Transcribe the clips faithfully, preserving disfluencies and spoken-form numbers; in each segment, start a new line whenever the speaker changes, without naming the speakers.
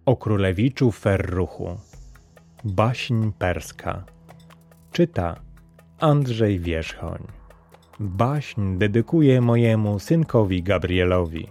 O królewiczu Ferruchu. Baśń perska. Czyta Andrzej Wierzchoń. Baśń dedykuję mojemu synkowi Gabrielowi.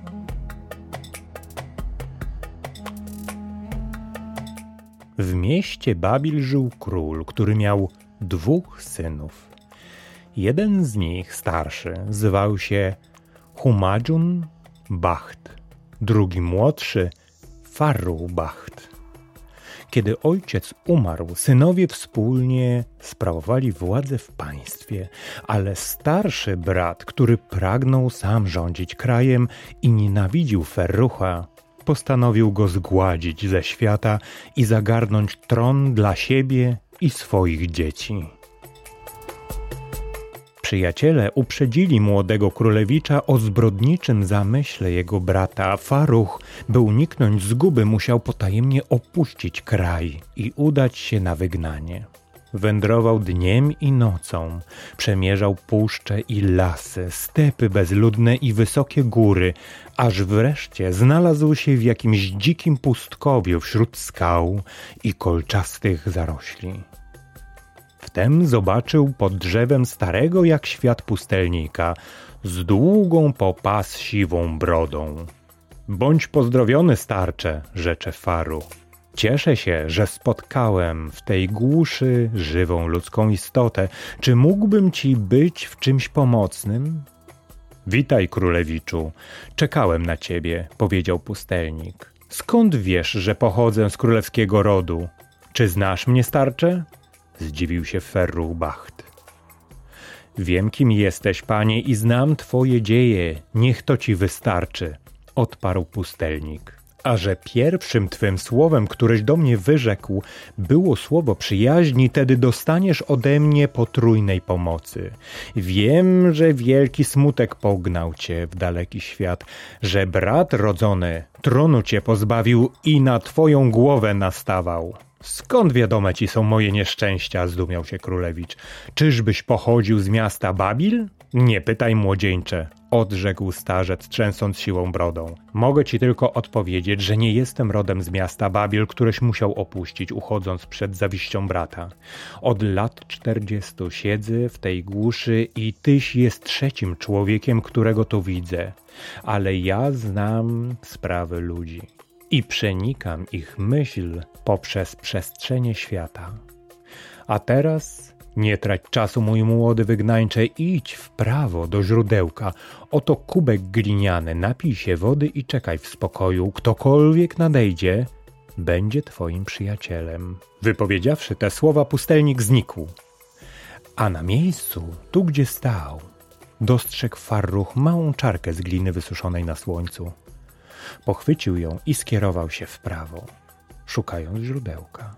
W mieście Babil żył król, który miał dwóch synów. Jeden z nich, starszy, zwał się Humadżun Bacht, drugi młodszy Farruch Bacht. Kiedy ojciec umarł, synowie wspólnie sprawowali władzę w państwie, ale starszy brat, który pragnął sam rządzić krajem i nienawidził Ferrucha, postanowił go zgładzić ze świata i zagarnąć tron dla siebie i swoich dzieci. Przyjaciele uprzedzili młodego królewicza o zbrodniczym zamyśle jego brata. Farruch, by uniknąć zguby, musiał potajemnie opuścić kraj i udać się na wygnanie. Wędrował dniem i nocą, przemierzał puszcze i lasy, stepy bezludne i wysokie góry, aż wreszcie znalazł się w jakimś dzikim pustkowiu wśród skał i kolczastych zarośli. Wtem zobaczył pod drzewem starego jak świat pustelnika z długą po pas siwą brodą. Bądź pozdrowiony, starcze, rzecze Farruch. Cieszę się, że spotkałem w tej głuszy żywą ludzką istotę. Czy mógłbym ci być w czymś pomocnym? Witaj, królewiczu. Czekałem na ciebie, powiedział pustelnik. Skąd wiesz, że pochodzę z królewskiego rodu? Czy znasz mnie, starcze? Zdziwił się Ferruch Bacht. Wiem, kim jesteś, panie, i znam twoje dzieje. Niech to ci wystarczy, odparł pustelnik. A że pierwszym twym słowem, któreś do mnie wyrzekł, było słowo przyjaźni, tedy dostaniesz ode mnie potrójnej pomocy. Wiem, że wielki smutek pognał cię w daleki świat, że brat rodzony tronu cię pozbawił i na twoją głowę nastawał. Skąd wiadome ci są moje nieszczęścia? Zdumiał się królewicz. Czyżbyś pochodził z miasta Babil? Nie pytaj, młodzieńcze, odrzekł starzec, trzęsąc siłą brodą. Mogę ci tylko odpowiedzieć, że nie jestem rodem z miasta Babil, któreś musiał opuścić, uchodząc przed zawiścią brata. Od lat czterdziestu siedzę w tej głuszy i tyś jest trzecim człowiekiem, którego tu widzę. Ale ja znam sprawy ludzi i przenikam ich myśl poprzez przestrzenie świata. A teraz nie trać czasu, mój młody wygnańcze, idź w prawo do źródełka. Oto kubek gliniany, napij się wody i czekaj w spokoju. Ktokolwiek nadejdzie, będzie twoim przyjacielem. Wypowiedziawszy te słowa, pustelnik znikł. A na miejscu, tu gdzie stał, dostrzegł Farruch małą czarkę z gliny wysuszonej na słońcu. Pochwycił ją i skierował się w prawo, szukając źródełka.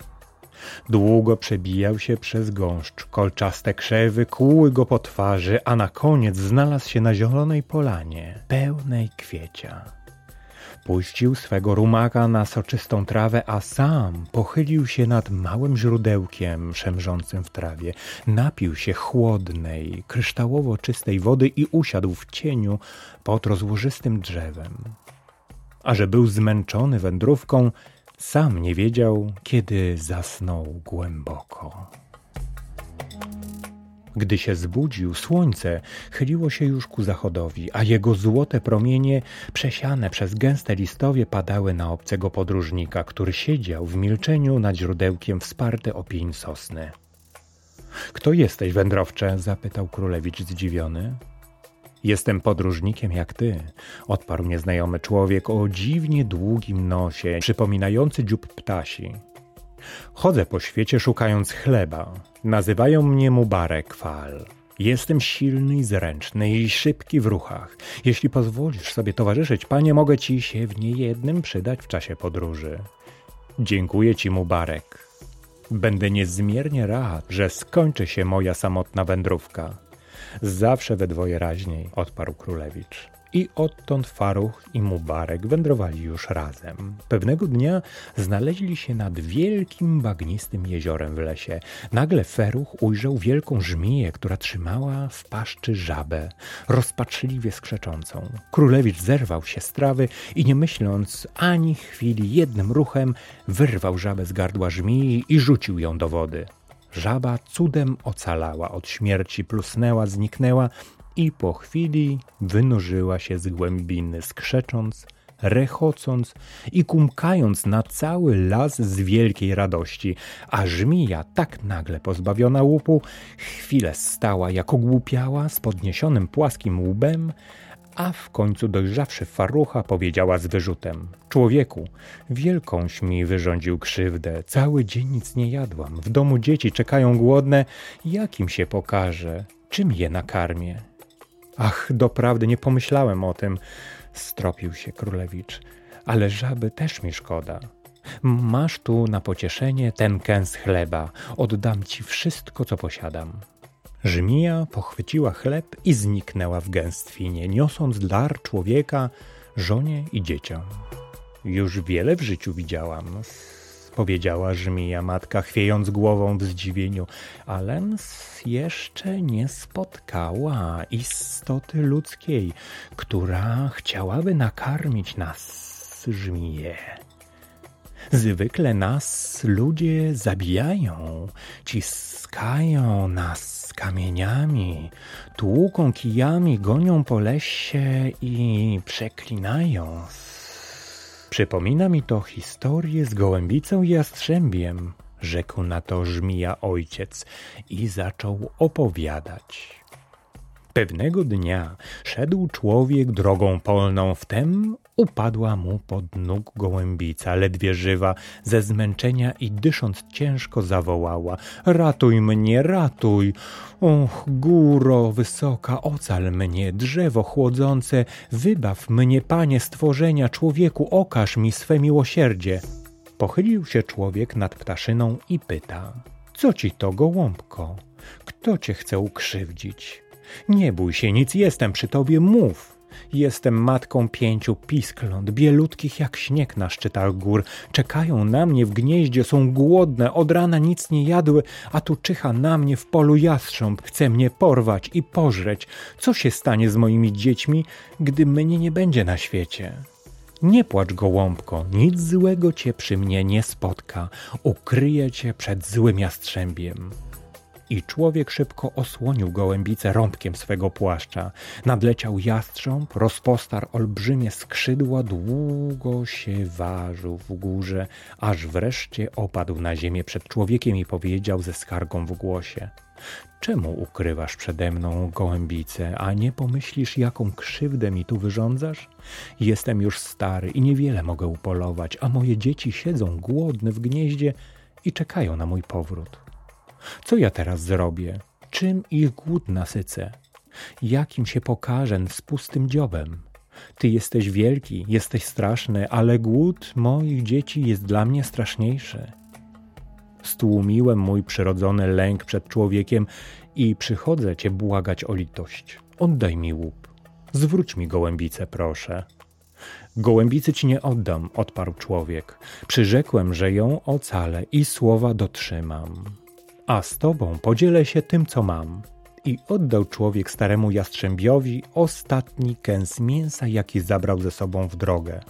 Długo przebijał się przez gąszcz, kolczaste krzewy kłuły go po twarzy, a na koniec znalazł się na zielonej polanie, pełnej kwiecia. Puścił swego rumaka na soczystą trawę, a sam pochylił się nad małym źródełkiem szemrzącym w trawie. Napił się chłodnej, kryształowo czystej wody i usiadł w cieniu pod rozłożystym drzewem. A że był zmęczony wędrówką, sam nie wiedział, kiedy zasnął głęboko. Gdy się zbudził, słońce chyliło się już ku zachodowi, a jego złote promienie, przesiane przez gęste listowie, padały na obcego podróżnika, który siedział w milczeniu nad źródełkiem wsparty o pień sosny. — Kto jesteś, wędrowcze? — zapytał królewicz zdziwiony. — Jestem podróżnikiem jak ty — odparł nieznajomy człowiek o dziwnie długim nosie, przypominający dziób ptasi. Chodzę po świecie szukając chleba. Nazywają mnie Mubarek Fal. Jestem silny i zręczny i szybki w ruchach. Jeśli pozwolisz sobie towarzyszyć, panie, mogę ci się w niejednym przydać w czasie podróży. Dziękuję ci, Mubarek. Będę niezmiernie rad, że skończy się moja samotna wędrówka. Zawsze we dwoje raźniej, odparł królewicz. I odtąd Faruch i Mubarek wędrowali już razem. Pewnego dnia znaleźli się nad wielkim, bagnistym jeziorem w lesie. Nagle Feruch ujrzał wielką żmiję, która trzymała w paszczy żabę, rozpaczliwie skrzeczącą. Królewicz zerwał się z trawy i nie myśląc ani chwili, jednym ruchem wyrwał żabę z gardła żmii i rzucił ją do wody. Żaba cudem ocalała od śmierci, plusnęła, zniknęła i po chwili wynurzyła się z głębiny, skrzecząc, rechocąc i kumkając na cały las z wielkiej radości, a żmija tak nagle pozbawiona łupu, chwilę stała jak ogłupiała z podniesionym płaskim łbem, a w końcu dojrzawszy Farucha powiedziała z wyrzutem: człowieku, wielkąś mi wyrządził krzywdę, cały dzień nic nie jadłam, w domu dzieci czekają głodne, jakim się pokaże, czym je nakarmię? Ach, doprawdy nie pomyślałem o tym, stropił się królewicz, ale żaby też mi szkoda. Masz tu na pocieszenie ten kęs chleba, oddam ci wszystko, co posiadam. Żmija pochwyciła chleb i zniknęła w gęstwinie, niosąc dar człowieka, żonie i dzieciom. Już wiele w życiu widziałam, powiedziała żmija matka, chwiejąc głową w zdziwieniu, alem jeszcze nie spotkała istoty ludzkiej, która chciałaby nakarmić nas, żmije. Zwykle nas ludzie zabijają, ciskają nas kamieniami, tłuką kijami, gonią po lesie i przeklinają. Przypomina mi to historię z gołębicą i jastrzębiem, rzekł na to żmija ojciec i zaczął opowiadać. Pewnego dnia szedł człowiek drogą polną, wtem upadła mu pod nóg gołębica, ledwie żywa, ze zmęczenia i dysząc ciężko zawołała: ratuj mnie, ratuj! Och, góro wysoka, ocal mnie, drzewo chłodzące, wybaw mnie, panie stworzenia, człowieku, okaż mi swe miłosierdzie. Pochylił się człowiek nad ptaszyną i pyta: co ci to, gołąbko? Kto cię chce ukrzywdzić? Nie bój się, nic jestem przy tobie, mów. Jestem matką pięciu piskląt, bielutkich jak śnieg na szczytach gór. Czekają na mnie w gnieździe, są głodne, od rana nic nie jadły, a tu czyha na mnie w polu jastrząb, chce mnie porwać i pożreć. Co się stanie z moimi dziećmi, gdy mnie nie będzie na świecie? Nie płacz, gołąbko, nic złego cię przy mnie nie spotka, ukryję cię przed złym jastrzębiem. I człowiek szybko osłonił gołębicę rąbkiem swego płaszcza. Nadleciał jastrząb, rozpostarł olbrzymie skrzydła, długo się ważył w górze, aż wreszcie opadł na ziemię przed człowiekiem i powiedział ze skargą w głosie: czemu ukrywasz przede mną gołębicę, a nie pomyślisz, jaką krzywdę mi tu wyrządzasz? Jestem już stary i niewiele mogę upolować, a moje dzieci siedzą głodne w gnieździe i czekają na mój powrót. Co ja teraz zrobię? Czym ich głód nasycę? Jakim się pokażę z pustym dziobem? Ty jesteś wielki, jesteś straszny, ale głód moich dzieci jest dla mnie straszniejszy. Stłumiłem mój przyrodzony lęk przed człowiekiem i przychodzę cię błagać o litość. Oddaj mi łup. Zwróć mi gołębicę, proszę. Gołębicy ci nie oddam, odparł człowiek. Przyrzekłem, że ją ocalę i słowa dotrzymam. A z tobą podzielę się tym, co mam. I oddał człowiek staremu jastrzębiowi ostatni kęs mięsa, jaki zabrał ze sobą w drogę.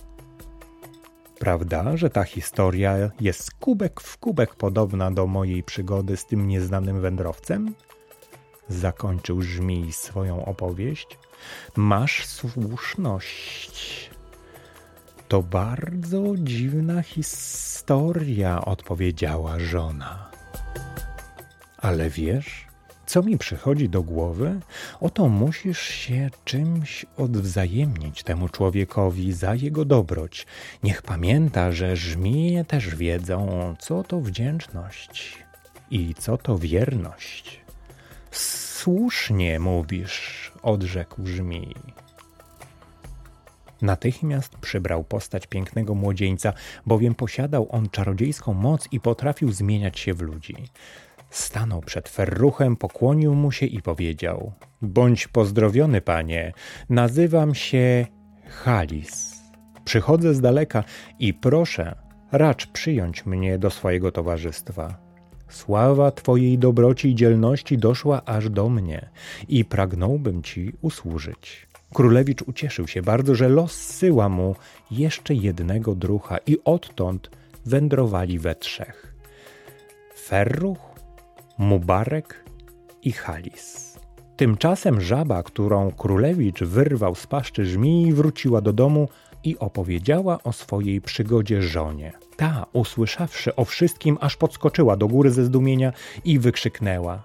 Prawda, że ta historia jest kubek w kubek podobna do mojej przygody z tym nieznanym wędrowcem? Zakończył żmij swoją opowieść. Masz słuszność. To bardzo dziwna historia, odpowiedziała żona. Ale wiesz, co mi przychodzi do głowy? Oto musisz się czymś odwzajemnić temu człowiekowi za jego dobroć. Niech pamięta, że żmije też wiedzą, co to wdzięczność i co to wierność. Słusznie mówisz, odrzekł żmij. Natychmiast przybrał postać pięknego młodzieńca, bowiem posiadał on czarodziejską moc i potrafił zmieniać się w ludzi. Stanął przed Ferruchem, pokłonił mu się i powiedział: bądź pozdrowiony, panie, nazywam się Halis. Przychodzę z daleka i proszę, racz przyjąć mnie do swojego towarzystwa. Sława twojej dobroci i dzielności doszła aż do mnie i pragnąłbym ci usłużyć. Królewicz ucieszył się bardzo, że los zsyła mu jeszcze jednego drucha i odtąd wędrowali we trzech. Ferruch, Mubarek i Halis. Tymczasem żaba, którą królewicz wyrwał z paszczy żmii, wróciła do domu i opowiedziała o swojej przygodzie żonie. Ta, usłyszawszy o wszystkim, aż podskoczyła do góry ze zdumienia i wykrzyknęła: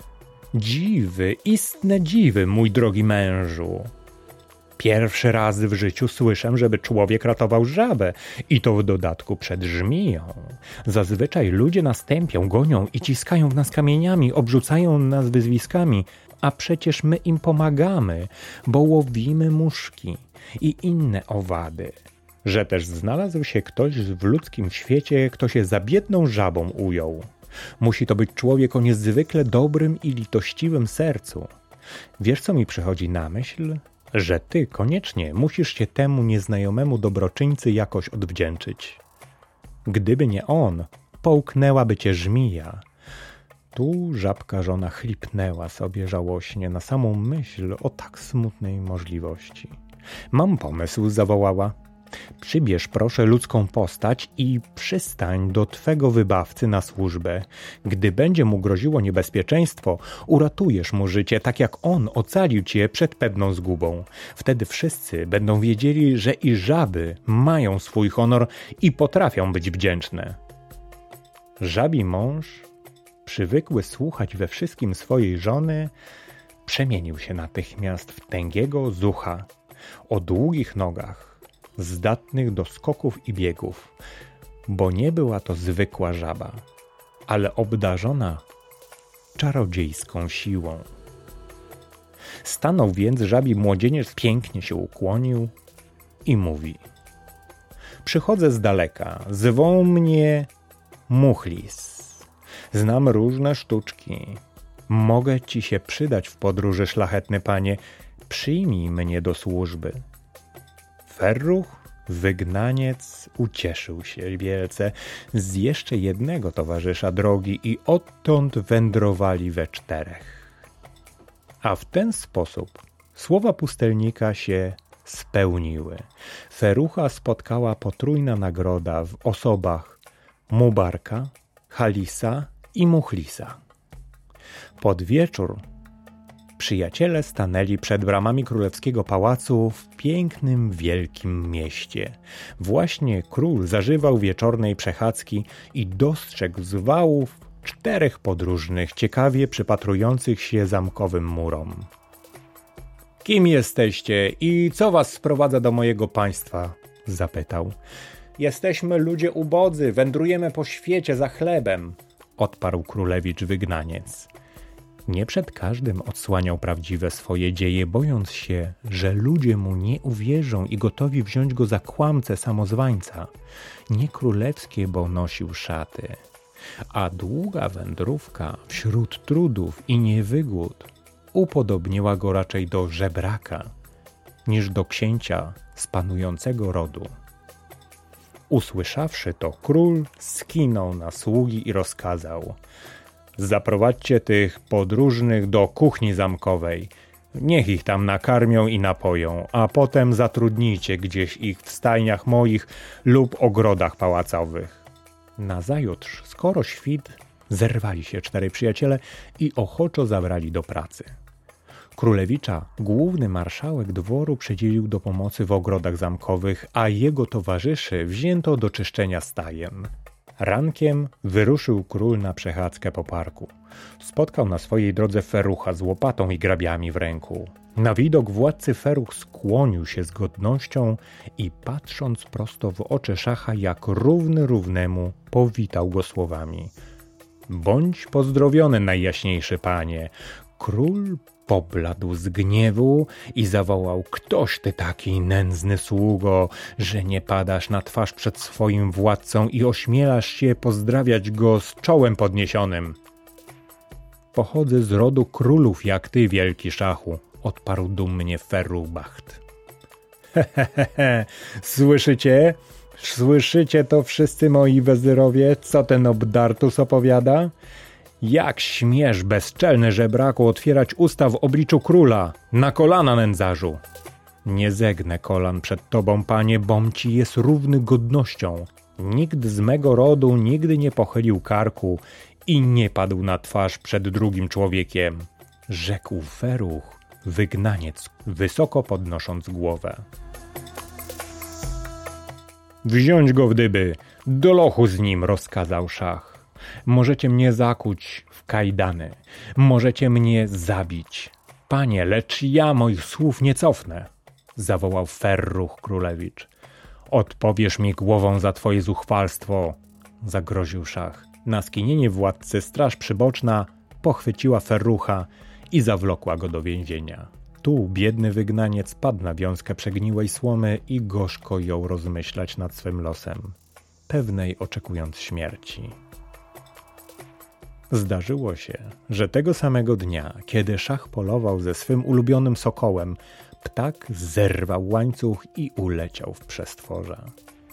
dziwy, istne dziwy, mój drogi mężu! Pierwszy raz w życiu słyszę, żeby człowiek ratował żabę i to w dodatku przed żmiją. Zazwyczaj ludzie nas tępią, gonią i ciskają w nas kamieniami, obrzucają nas wyzwiskami, a przecież my im pomagamy, bo łowimy muszki i inne owady. Że też znalazł się ktoś w ludzkim świecie, kto się za biedną żabą ujął. Musi to być człowiek o niezwykle dobrym i litościwym sercu. Wiesz, co mi przychodzi na myśl? Że ty koniecznie musisz się temu nieznajomemu dobroczyńcy jakoś odwdzięczyć. Gdyby nie on, połknęłaby cię żmija. Tu żabka żona chlipnęła sobie żałośnie na samą myśl o tak smutnej możliwości. Mam pomysł, zawołała. Przybierz proszę ludzką postać i przystań do twego wybawcy na służbę. Gdy będzie mu groziło niebezpieczeństwo, uratujesz mu życie, tak jak on ocalił cię przed pewną zgubą. Wtedy wszyscy będą wiedzieli, że i żaby mają swój honor i potrafią być wdzięczne. Żabi mąż, przywykły słuchać we wszystkim swojej żony, przemienił się natychmiast w tęgiego zucha o długich nogach, zdatnych do skoków i biegów, bo nie była to zwykła żaba, ale obdarzona czarodziejską siłą. Stanął więc żabi młodzieniec, pięknie się ukłonił i mówi: przychodzę z daleka, zwą mnie Muchlis. Znam różne sztuczki. Mogę ci się przydać w podróży, szlachetny panie. Przyjmij mnie do służby. Ferruch, wygnaniec, ucieszył się wielce z jeszcze jednego towarzysza drogi i odtąd wędrowali we czterech. A w ten sposób słowa pustelnika się spełniły. Ferrucha spotkała potrójna nagroda w osobach Mubarka, Halisa i Muchlisa. Pod wieczór przyjaciele stanęli przed bramami królewskiego pałacu w pięknym, wielkim mieście. Właśnie król zażywał wieczornej przechadzki i dostrzegł z wałów czterech podróżnych, ciekawie przypatrujących się zamkowym murom. Kim jesteście i co was sprowadza do mojego państwa? Zapytał. Jesteśmy ludzie ubodzy, wędrujemy po świecie za chlebem, odparł królewicz wygnaniec. Nie przed każdym odsłaniał prawdziwe swoje dzieje, bojąc się, że ludzie mu nie uwierzą i gotowi wziąć go za kłamcę samozwańca. Nie królewskie, bo nosił szaty, a długa wędrówka wśród trudów i niewygód upodobniła go raczej do żebraka niż do księcia z panującego rodu. Usłyszawszy to, król skinął na sługi i rozkazał: zaprowadźcie tych podróżnych do kuchni zamkowej. Niech ich tam nakarmią i napoją, a potem zatrudnijcie gdzieś ich w stajniach moich lub ogrodach pałacowych. Nazajutrz, skoro świt, zerwali się czterej przyjaciele i ochoczo zabrali do pracy. Królewicza główny marszałek dworu przydzielił do pomocy w ogrodach zamkowych, a jego towarzyszy wzięto do czyszczenia stajen. Rankiem wyruszył król na przechadzkę po parku. Spotkał na swojej drodze Ferrucha z łopatą i grabiami w ręku. Na widok władcy Ferruch skłonił się z godnością i patrząc prosto w oczy szacha jak równy równemu, powitał go słowami: bądź pozdrowiony, najjaśniejszy panie. Król pobladł z gniewu i zawołał: ktoś ty taki nędzny sługo, że nie padasz na twarz przed swoim władcą i ośmielasz się pozdrawiać go z czołem podniesionym? Pochodzę z rodu królów jak ty, wielki szachu, odparł dumnie Ferruchbacht. Hehehe, słyszycie? Słyszycie to wszyscy moi wezyrowie, co ten obdartus opowiada? Jak śmiesz, bezczelny żebraku, otwierać usta w obliczu króla? Na kolana, nędzarzu! Nie zegnę kolan przed tobą, panie, bom ci jest równy godnością. Nikt z mego rodu nigdy nie pochylił karku i nie padł na twarz przed drugim człowiekiem, rzekł Ferruch, wygnaniec, wysoko podnosząc głowę. Wziąć go w dyby, do lochu z nim, rozkazał szach. Możecie mnie zakuć w kajdany, możecie mnie zabić. Panie, lecz ja moich słów nie cofnę, zawołał Ferruch Królewicz. Odpowiesz mi głową za twoje zuchwalstwo, zagroził szach. Na skinienie władcy straż przyboczna pochwyciła Ferrucha i zawlokła go do więzienia. Tu biedny wygnaniec padł na wiązkę przegniłej słomy i gorzko jął rozmyślać nad swym losem, pewnej oczekując śmierci. Zdarzyło się, że tego samego dnia, kiedy szach polował ze swym ulubionym sokołem, ptak zerwał łańcuch i uleciał w przestworza.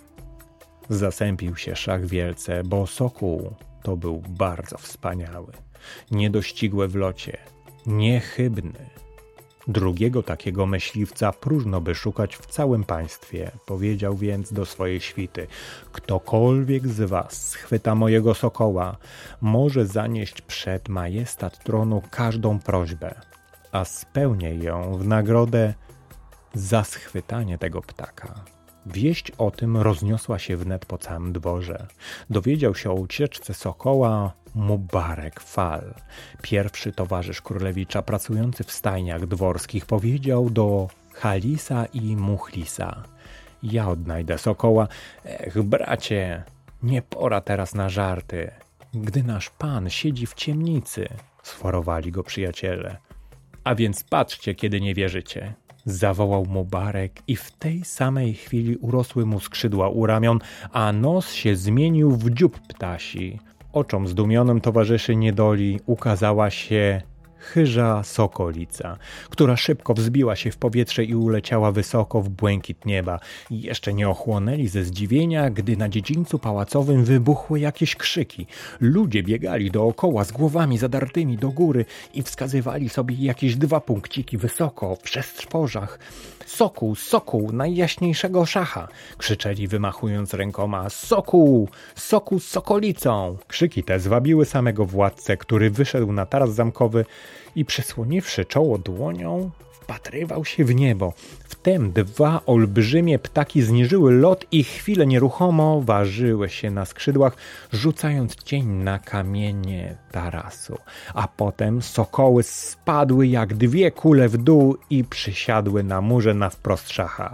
Zasępił się szach wielce, bo sokół to był bardzo wspaniały, niedościgły w locie, niechybny. Drugiego takiego myśliwca próżno by szukać w całym państwie, powiedział więc do swojej świty. Ktokolwiek z was schwyta mojego sokoła, może zanieść przed majestat tronu każdą prośbę, a spełnię ją w nagrodę za schwytanie tego ptaka. Wieść o tym rozniosła się wnet po całym dworze. Dowiedział się o ucieczce sokoła Mubarek Fal. Pierwszy towarzysz królewicza pracujący w stajniach dworskich powiedział do Halisa i Muchlisa: ja odnajdę sokoła. Ech, bracie, nie pora teraz na żarty, gdy nasz pan siedzi w ciemnicy, sforowali go przyjaciele. A więc patrzcie, kiedy nie wierzycie, zawołał Mubarek i w tej samej chwili urosły mu skrzydła u ramion, a nos się zmienił w dziób ptasi. Oczom zdumionym towarzyszy niedoli ukazała się chyża sokolica, która szybko wzbiła się w powietrze i uleciała wysoko w błękit nieba. Jeszcze nie ochłonęli ze zdziwienia, gdy na dziedzińcu pałacowym wybuchły jakieś krzyki. Ludzie biegali dookoła z głowami zadartymi do góry i wskazywali sobie jakieś dwa punkciki wysoko w przestworzach. Sokół, sokół najjaśniejszego szacha! Krzyczeli wymachując rękoma. Sokół, sokół z sokolicą! Krzyki te zwabiły samego władcę, który wyszedł na taras zamkowy i przysłoniwszy czoło dłonią, wpatrywał się w niebo. Wtem dwa olbrzymie ptaki zniżyły lot i chwilę nieruchomo ważyły się na skrzydłach, rzucając cień na kamienie tarasu. A potem sokoły spadły jak dwie kule w dół i przysiadły na murze na wprost szacha.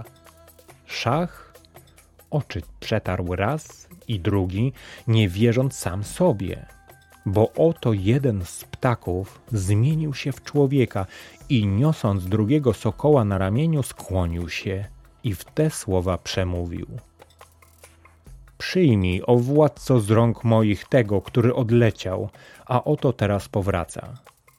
Szach oczy przetarł raz i drugi, nie wierząc sam sobie. Bo oto jeden z ptaków zmienił się w człowieka i niosąc drugiego sokoła na ramieniu skłonił się i w te słowa przemówił. Przyjmij, o władco, z rąk moich tego, który odleciał, a oto teraz powraca.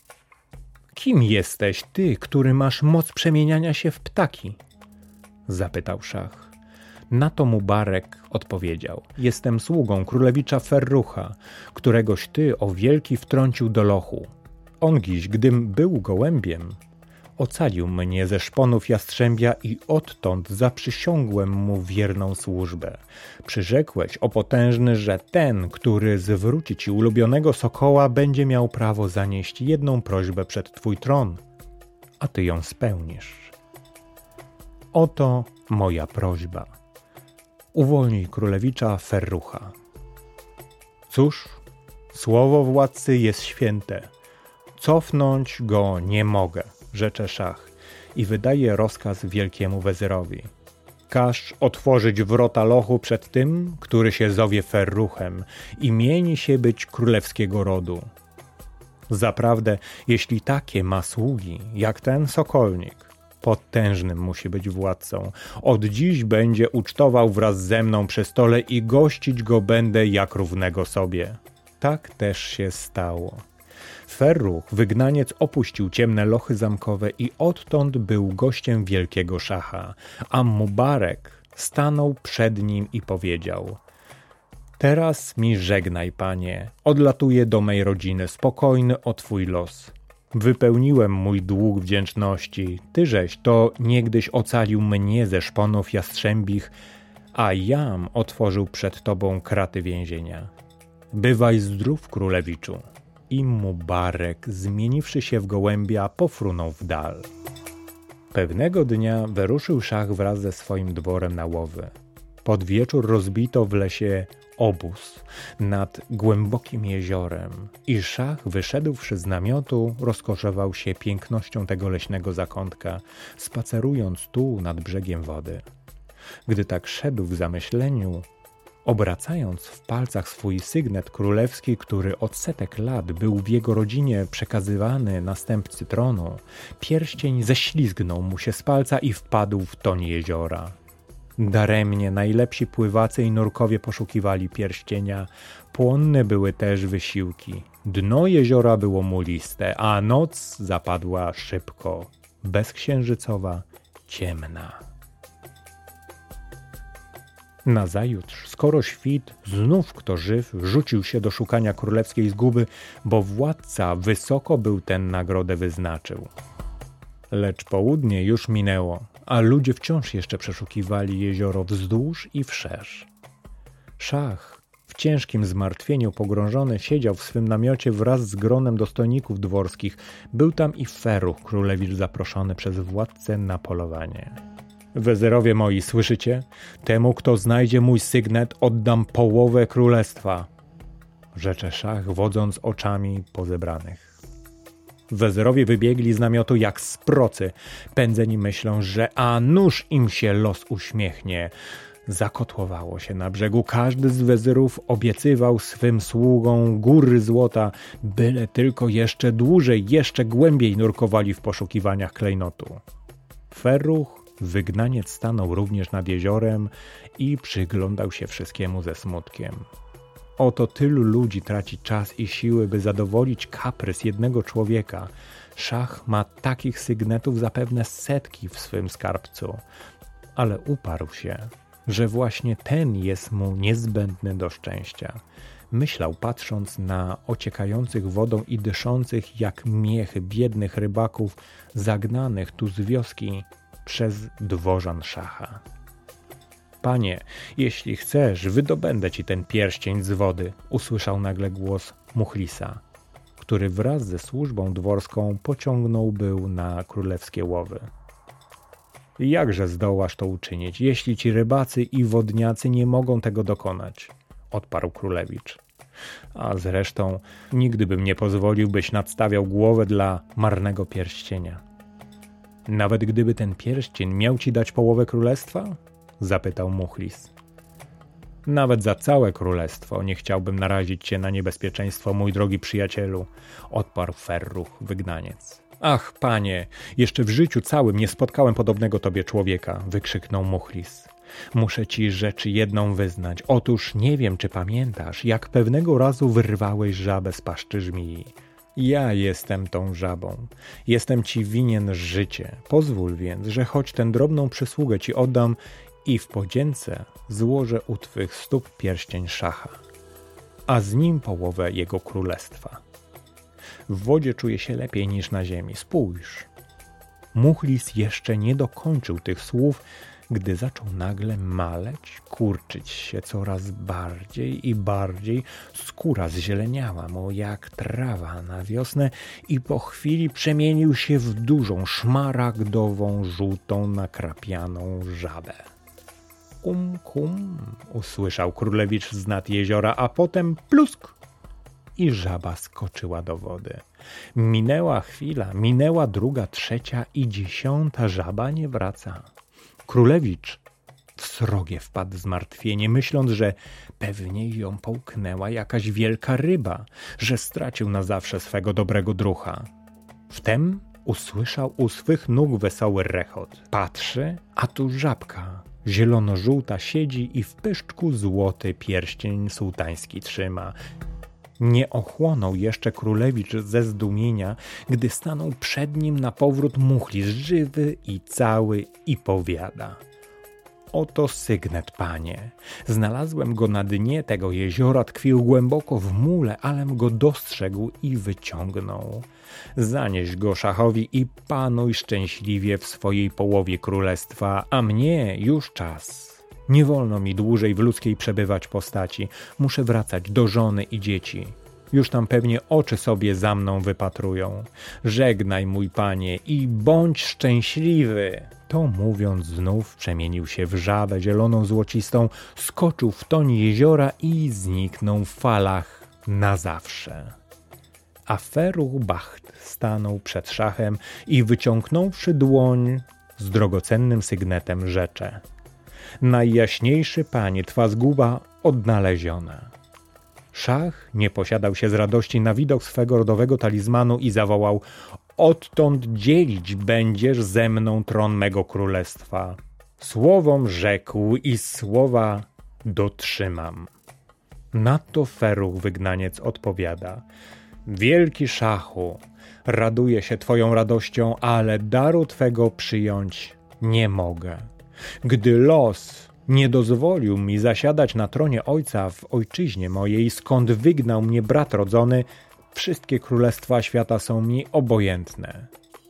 Kim jesteś ty, który masz moc przemieniania się w ptaki? Zapytał szach. Na to Mubarek odpowiedział: jestem sługą królewicza Ferrucha, któregoś ty, o wielki, wtrącił do lochu. On dziś, gdym był gołębiem, ocalił mnie ze szponów jastrzębia i odtąd zaprzysiągłem mu wierną służbę. Przyrzekłeś, o potężny, że ten, który zwróci ci ulubionego sokoła, będzie miał prawo zanieść jedną prośbę przed twój tron, a ty ją spełnisz. Oto moja prośba. Uwolnij królewicza Ferrucha. Cóż, słowo władcy jest święte. Cofnąć go nie mogę, rzecze szach i wydaje rozkaz wielkiemu wezyrowi. Każ otworzyć wrota lochu przed tym, który się zowie Ferruchem i mieni się być królewskiego rodu. Zaprawdę, jeśli takie ma sługi, jak ten sokolnik, potężnym musi być władcą. Od dziś będzie ucztował wraz ze mną przy stole i gościć go będę jak równego sobie. Tak też się stało. Ferruch, wygnaniec, opuścił ciemne lochy zamkowe i odtąd był gościem wielkiego szacha, a Mubarek stanął przed nim i powiedział: teraz mi żegnaj, panie, odlatuję do mej rodziny, spokojny o twój los. Wypełniłem mój dług wdzięczności, tyżeś to niegdyś ocalił mnie ze szponów jastrzębich, a jam otworzył przed tobą kraty więzienia. Bywaj zdrów, królewiczu. I Mubarek, zmieniwszy się w gołębia, pofrunął w dal. Pewnego dnia wyruszył szach wraz ze swoim dworem na łowy. Pod wieczór rozbito w lesie obóz nad głębokim jeziorem i szach, wyszedłszy z namiotu, rozkoszował się pięknością tego leśnego zakątka, spacerując tu nad brzegiem wody. Gdy tak szedł w zamyśleniu, obracając w palcach swój sygnet królewski, który od setek lat był w jego rodzinie przekazywany następcy tronu, pierścień ześlizgnął mu się z palca i wpadł w toń jeziora. Daremnie najlepsi pływacy i nurkowie poszukiwali pierścienia, płonne były też wysiłki. Dno jeziora było muliste, a noc zapadła szybko, bezksiężycowa, ciemna. Nazajutrz, skoro świt, znów kto żyw rzucił się do szukania królewskiej zguby, bo władca wysoko był ten nagrodę wyznaczył. Lecz południe już minęło, a ludzie wciąż jeszcze przeszukiwali jezioro wzdłuż i wszerz. Szach, w ciężkim zmartwieniu pogrążony, siedział w swym namiocie wraz z gronem dostojników dworskich. Był tam i Ferruch, królewicz zaproszony przez władcę na polowanie. Wezerowie moi, słyszycie? Temu, kto znajdzie mój sygnet, oddam połowę królestwa, rzecze szach, wodząc oczami po zebranych. Wezerowie wybiegli z namiotu jak z procy, pędzeni myślą, że a nuż im się los uśmiechnie. Zakotłowało się na brzegu, każdy z wezyrów obiecywał swym sługom góry złota, byle tylko jeszcze dłużej, jeszcze głębiej nurkowali w poszukiwaniach klejnotu. Ferruch, wygnaniec, stanął również nad jeziorem i przyglądał się wszystkiemu ze smutkiem. Oto tylu ludzi traci czas i siły, by zadowolić kaprys jednego człowieka. Szach ma takich sygnetów zapewne setki w swym skarbcu, ale uparł się, że właśnie ten jest mu niezbędny do szczęścia. Myślał, patrząc na ociekających wodą i dyszących jak miechy biednych rybaków zagnanych tu z wioski przez dworzan szacha. Panie, jeśli chcesz, wydobędę ci ten pierścień z wody, usłyszał nagle głos Muchlisa, który wraz ze służbą dworską pociągnął był na królewskie łowy. Jakże zdołasz to uczynić, jeśli ci rybacy i wodniacy nie mogą tego dokonać? Odparł królewicz. A zresztą nigdy bym nie pozwolił, byś nadstawiał głowę dla marnego pierścienia. Nawet gdyby ten pierścień miał ci dać połowę królestwa? Zapytał Muchlis. Nawet za całe królestwo nie chciałbym narazić cię na niebezpieczeństwo, mój drogi przyjacielu, odparł Ferruch, wygnaniec. Ach, panie, jeszcze w życiu całym nie spotkałem podobnego tobie człowieka, wykrzyknął Muchlis. Muszę ci rzecz jedną wyznać. Otóż nie wiem, czy pamiętasz, jak pewnego razu wyrwałeś żabę z paszczy żmii. Ja jestem tą żabą. Jestem ci winien życie. Pozwól więc, że choć tę drobną przysługę ci oddam i w podzięce złożę u twych stóp pierścień szacha, a z nim połowę jego królestwa. W wodzie czuję się lepiej niż na ziemi. Spójrz. Muchlis jeszcze nie dokończył tych słów, gdy zaczął nagle maleć, kurczyć się coraz bardziej i bardziej. Skóra zzieleniała mu jak trawa na wiosnę i po chwili przemienił się w dużą, szmaragdową, żółtą, nakrapianą żabę. Kum, kum, usłyszał królewicz z nad jeziora, a potem plusk i żaba skoczyła do wody. Minęła chwila, minęła druga, trzecia i dziesiąta, żaba nie wraca. Królewicz w srogie wpadł zmartwienie, myśląc, że pewnie ją połknęła jakaś wielka ryba, że stracił na zawsze swego dobrego drucha. Wtem usłyszał u swych nóg wesoły rechot. Patrzy, a tu żabka zielono-żółta siedzi i w pyszczku złoty pierścień sułtański trzyma. Nie ochłonął jeszcze królewicz ze zdumienia, gdy stanął przed nim na powrót Muchlis, żywy i cały, i powiada: oto sygnet, panie. Znalazłem go na dnie tego jeziora, tkwił głęboko w mule, alem go dostrzegł i wyciągnął. Zanieś go szachowi i panuj szczęśliwie w swojej połowie królestwa, a mnie już czas. Nie wolno mi dłużej w ludzkiej przebywać postaci. Muszę wracać do żony i dzieci. Już tam pewnie oczy sobie za mną wypatrują. Żegnaj, mój panie, i bądź szczęśliwy. To mówiąc znów przemienił się w żabę zieloną złocistą, skoczył w toń jeziora i zniknął w falach na zawsze. A Ferruch-Bacht stanął przed szachem i wyciągnąwszy dłoń z drogocennym sygnetem rzecze: najjaśniejszy panie, twa zguba odnaleziona. Szach nie posiadał się z radości na widok swego rodowego talizmanu i zawołał: odtąd dzielić będziesz ze mną tron mego królestwa. Słowom rzekł i słowa dotrzymam. Na to Ferruch wygnaniec odpowiada: wielki szachu, raduję się twoją radością, ale daru twego przyjąć nie mogę. Gdy los nie dozwolił mi zasiadać na tronie ojca w ojczyźnie mojej, skąd wygnał mnie brat rodzony, wszystkie królestwa świata są mi obojętne.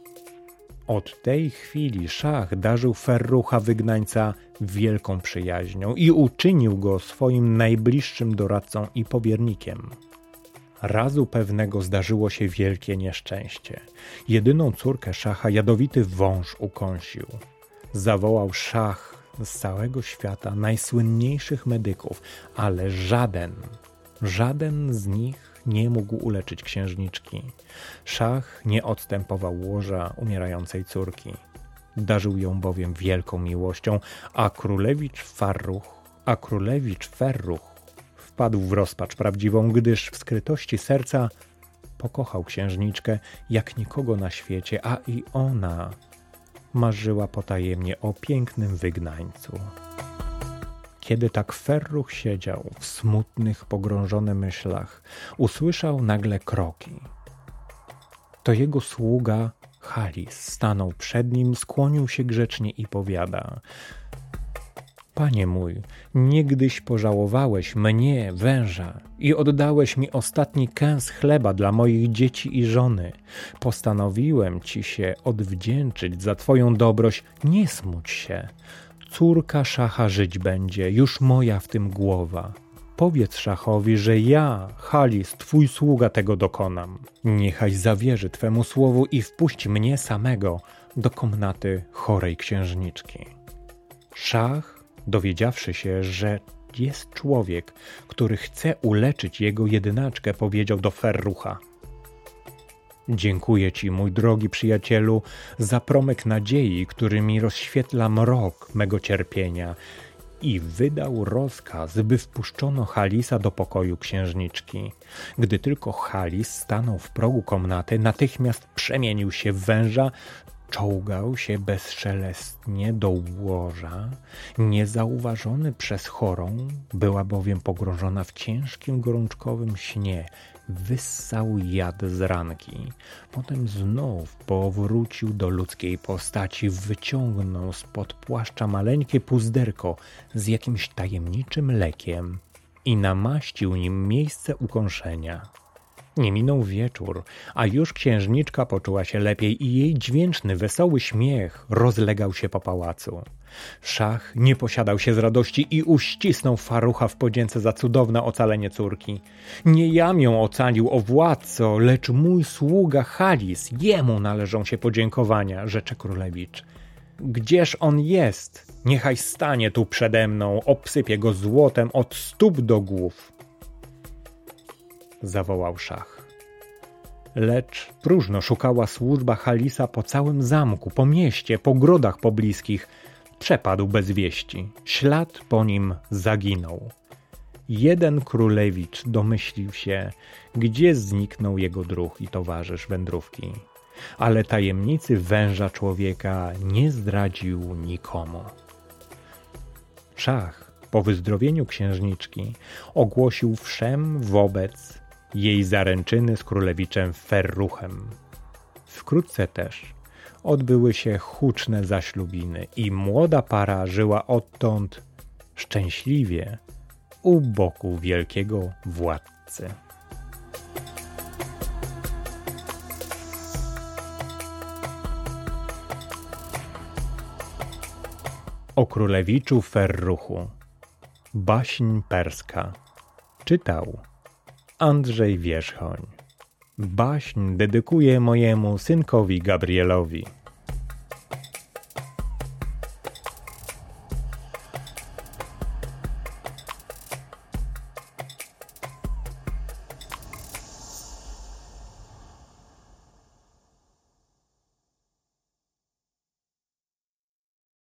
Od tej chwili szach darzył Ferrucha wygnańca wielką przyjaźnią i uczynił go swoim najbliższym doradcą i powiernikiem. Razu pewnego zdarzyło się wielkie nieszczęście. Jedyną córkę szacha jadowity wąż ukąsił. Zawołał szach z całego świata najsłynniejszych medyków, ale żaden, żaden z nich nie mógł uleczyć księżniczki. Szach nie odstępował łoża umierającej córki. Darzył ją bowiem wielką miłością, a królewicz Farruch, a królewicz Ferruch wpadł w rozpacz prawdziwą, gdyż w skrytości serca pokochał księżniczkę jak nikogo na świecie, a i ona marzyła potajemnie o pięknym wygnańcu. Kiedy tak Ferruch siedział w smutnych, pogrążony myślach, usłyszał nagle kroki. To jego sługa Halis stanął przed nim, skłonił się grzecznie i powiada: panie mój, niegdyś pożałowałeś mnie, węża, i oddałeś mi ostatni kęs chleba dla moich dzieci i żony. Postanowiłem ci się odwdzięczyć za twoją dobroć, nie smuć się. Córka szacha żyć będzie, już moja w tym głowa. Powiedz szachowi, że ja, Halis, twój sługa, tego dokonam. Niechaj zawierzy twemu słowu i wpuść mnie samego do komnaty chorej księżniczki. Szach, dowiedziawszy się, że jest człowiek, który chce uleczyć jego jedynaczkę, powiedział do Ferrucha: dziękuję ci, mój drogi przyjacielu, za promyk nadziei, który mi rozświetla mrok mego cierpienia. I wydał rozkaz, by wpuszczono Halisa do pokoju księżniczki. Gdy tylko Halis stanął w progu komnaty, natychmiast przemienił się w węża, czołgał się bezszelestnie do łoża, niezauważony przez chorą, była bowiem pogrążona w ciężkim, gorączkowym śnie. Wyssał jad z ranki. Potem znów powrócił do ludzkiej postaci, wyciągnął spod płaszcza maleńkie puzderko z jakimś tajemniczym lekiem i namaścił nim miejsce ukąszenia. Nie minął wieczór, a już księżniczka poczuła się lepiej i jej dźwięczny, wesoły śmiech rozlegał się po pałacu. Szach nie posiadał się z radości i uścisnął Farrucha w podzięce za cudowne ocalenie córki. Nie jam ją ocalił, o władco, lecz mój sługa Halis, jemu należą się podziękowania, rzecze królewicz. Gdzież on jest? Niechaj stanie tu przede mną, obsypię go złotem od stóp do głów. Zawołał szach. Lecz próżno szukała służba Halisa po całym zamku, po mieście, po grodach pobliskich. Przepadł bez wieści. Ślad po nim zaginął. Jeden królewicz domyślił się, gdzie zniknął jego druh i towarzysz wędrówki. Ale tajemnicy węża człowieka nie zdradził nikomu. Szach po wyzdrowieniu księżniczki ogłosił wszem wobec, jej zaręczyny z królewiczem Ferruchem. Wkrótce też odbyły się huczne zaślubiny i młoda para żyła odtąd szczęśliwie u boku wielkiego władcy. O królewiczu Ferruchu. Baśń perska. Czytał Andrzej Wierzchoń. Baśń dedykuję mojemu synkowi Gabrielowi.